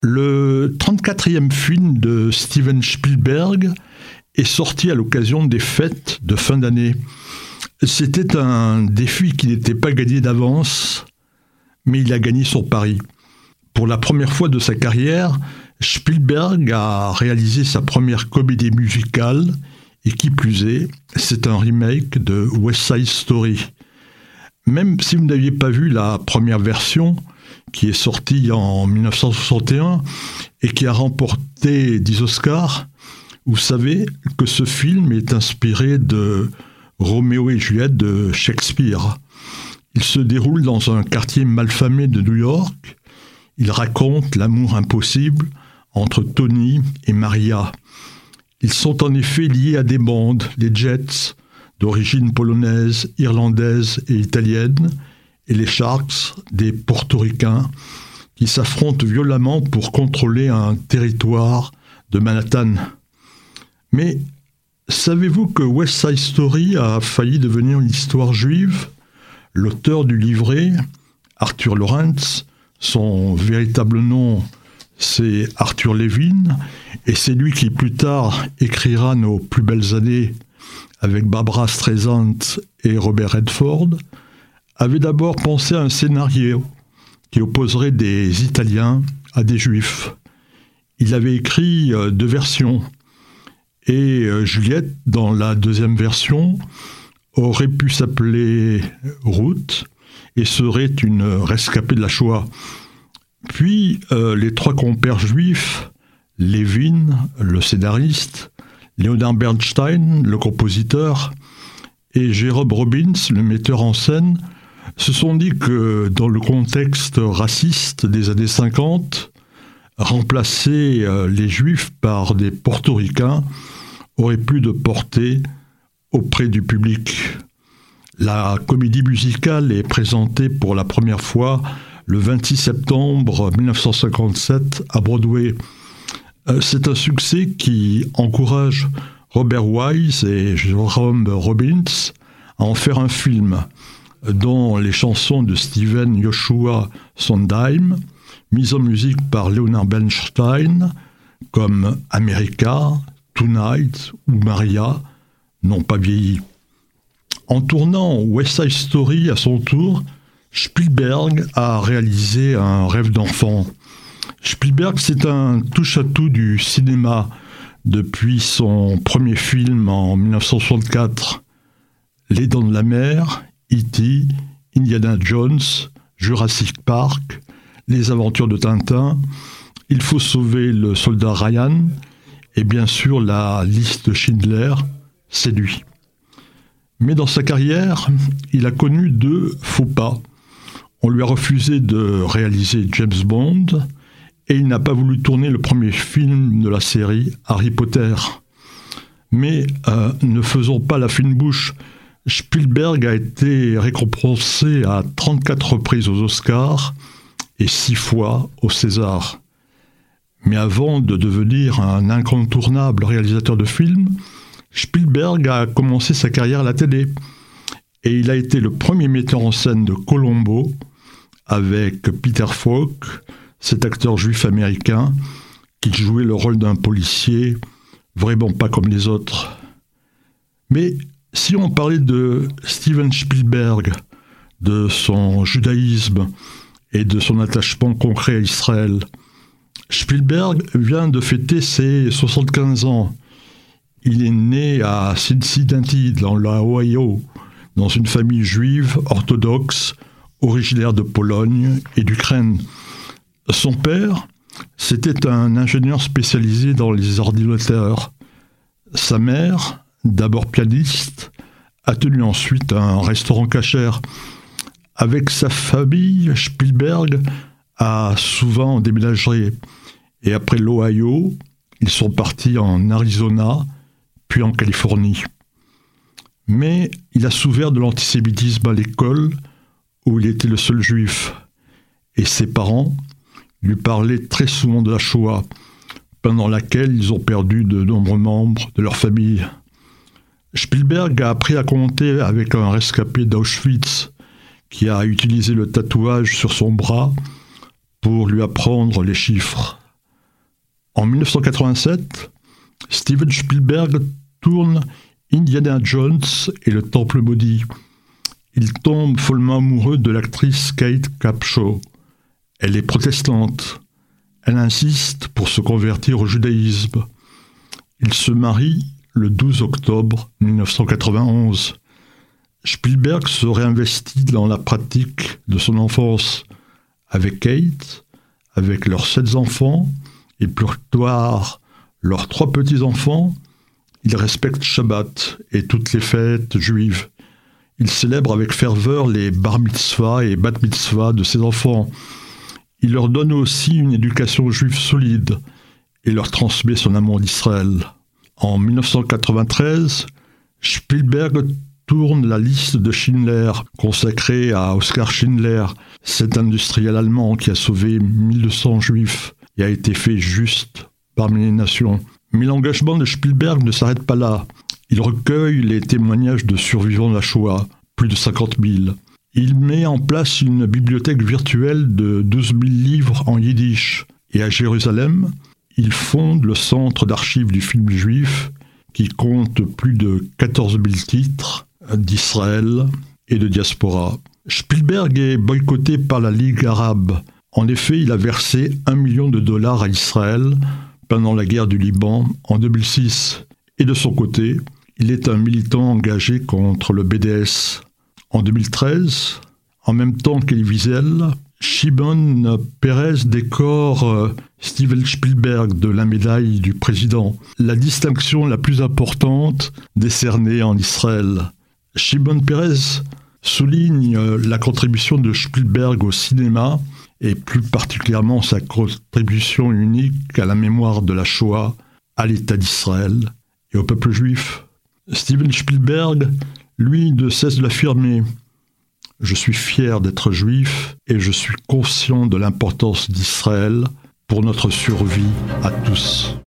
Le 34e film de Steven Spielberg est sorti à l'occasion des fêtes de fin d'année. C'était un défi qui n'était pas gagné d'avance, mais il a gagné son pari. Pour la première fois de sa carrière, Spielberg a réalisé sa première comédie musicale, et qui plus est, c'est un remake de West Side Story. Même si vous n'aviez pas vu la première version, qui est sortie en 1961 et qui a remporté 10 Oscars, vous savez que ce film est inspiré de Roméo et Juliette de Shakespeare. Il se déroule dans un quartier malfamé de New York. Il raconte l'amour impossible entre Tony et Maria. Ils sont en effet liés à des bandes, les Jets, d'origine polonaise, irlandaise et italienne, et les Sharks, des Portoricains, qui s'affrontent violemment pour contrôler un territoire de Manhattan. Mais savez-vous que West Side Story a failli devenir une histoire juive ? L'auteur du livret, Arthur Lawrence, son véritable nom, c'est Arthur Levin, et c'est lui qui plus tard écrira Nos plus belles années avec Barbra Streisand et Robert Redford, avait d'abord pensé à un scénario qui opposerait des Italiens à des Juifs. Il avait écrit 2 versions, et Juliette, dans la deuxième version, aurait pu s'appeler Ruth et serait une rescapée de la Shoah. Puis les 3 compères juifs, Levin, le scénariste, Leonard Bernstein, le compositeur, et Jerome Robbins, le metteur en scène, se sont dit que dans le contexte raciste des années 50, remplacer les Juifs par des Portoricains aurait plus de portée auprès du public. La comédie musicale est présentée pour la première fois le 26 septembre 1957 à Broadway. C'est un succès qui encourage Robert Wise et Jerome Robbins à en faire un film dont les chansons de Steven Joshua Sondheim, mises en musique par Leonard Bernstein, comme America, Tonight ou Maria, n'ont pas vieilli. En tournant West Side Story à son tour, Spielberg a réalisé un rêve d'enfant. Spielberg, c'est un touche-à-tout du cinéma depuis son premier film en 1964, Les Dents de la Mer, E.T., Indiana Jones, Jurassic Park, Les Aventures de Tintin, Il faut sauver le soldat Ryan, et bien sûr la liste de Schindler, c'est lui. Mais dans sa carrière, il a connu 2 faux pas. On lui a refusé de réaliser James Bond, et il n'a pas voulu tourner le premier film de la série Harry Potter. Mais ne faisons pas la fine bouche. Spielberg a été récompensé à 34 reprises aux Oscars et 6 fois au César. Mais avant de devenir un incontournable réalisateur de films, Spielberg a commencé sa carrière à la télé. Et il a été le premier metteur en scène de Columbo avec Peter Falk, cet acteur juif américain qui jouait le rôle d'un policier vraiment pas comme les autres. Mais si on parlait de Steven Spielberg, de son judaïsme et de son attachement concret à Israël, Spielberg vient de fêter ses 75 ans. Il est né à Cincinnati, dans l'Ohio, dans une famille juive orthodoxe, originaire de Pologne et d'Ukraine. Son père, c'était un ingénieur spécialisé dans les ordinateurs. Sa mère, d'abord pianiste, a tenu ensuite un restaurant cachère. Avec sa famille, Spielberg a souvent déménagé. Et après l'Ohio, ils sont partis en Arizona, puis en Californie. Mais il a souffert de l'antisémitisme à l'école, où il était le seul juif. Et ses parents lui parlaient très souvent de la Shoah, pendant laquelle ils ont perdu de nombreux membres de leur famille. Spielberg a appris à compter avec un rescapé d'Auschwitz qui a utilisé le tatouage sur son bras pour lui apprendre les chiffres. En 1987, Steven Spielberg tourne Indiana Jones et le Temple maudit. Il tombe follement amoureux de l'actrice Kate Capshaw. Elle est protestante. Elle insiste pour se convertir au judaïsme. Ils se marient le 12 octobre 1991. Spielberg se réinvestit dans la pratique de son enfance avec Kate, avec leurs 7 enfants et plus tard leurs 3 petits-enfants. Il respecte Shabbat et toutes les fêtes juives. Il célèbre avec ferveur les bar mitzvah et bat mitzvah de ses enfants. Il leur donne aussi une éducation juive solide et leur transmet son amour d'Israël. En 1993, Spielberg tourne La liste de Schindler, consacrée à Oskar Schindler, cet industriel allemand qui a sauvé 1200 juifs et a été fait juste parmi les nations. Mais l'engagement de Spielberg ne s'arrête pas là. Il recueille les témoignages de survivants de la Shoah, plus de 50 000. Il met en place une bibliothèque virtuelle de 12 000 livres en yiddish. Et à Jérusalem, il fonde le Centre d'archives du film juif, qui compte plus de 14 000 titres d'Israël et de diaspora. Spielberg est boycotté par la Ligue arabe. En effet, il a versé $1 million à Israël pendant la guerre du Liban en 2006. Et de son côté, il est un militant engagé contre le BDS. En 2013, en même temps qu'Elie Wiesel, Shimon Peres décore Steven Spielberg de la médaille du président, la distinction la plus importante décernée en Israël. Shimon Peres souligne la contribution de Spielberg au cinéma et plus particulièrement sa contribution unique à la mémoire de la Shoah, à l'État d'Israël et au peuple juif. Steven Spielberg, lui, ne cesse de l'affirmer. « Je suis fier d'être juif et je suis conscient de l'importance d'Israël pour notre survie à tous. »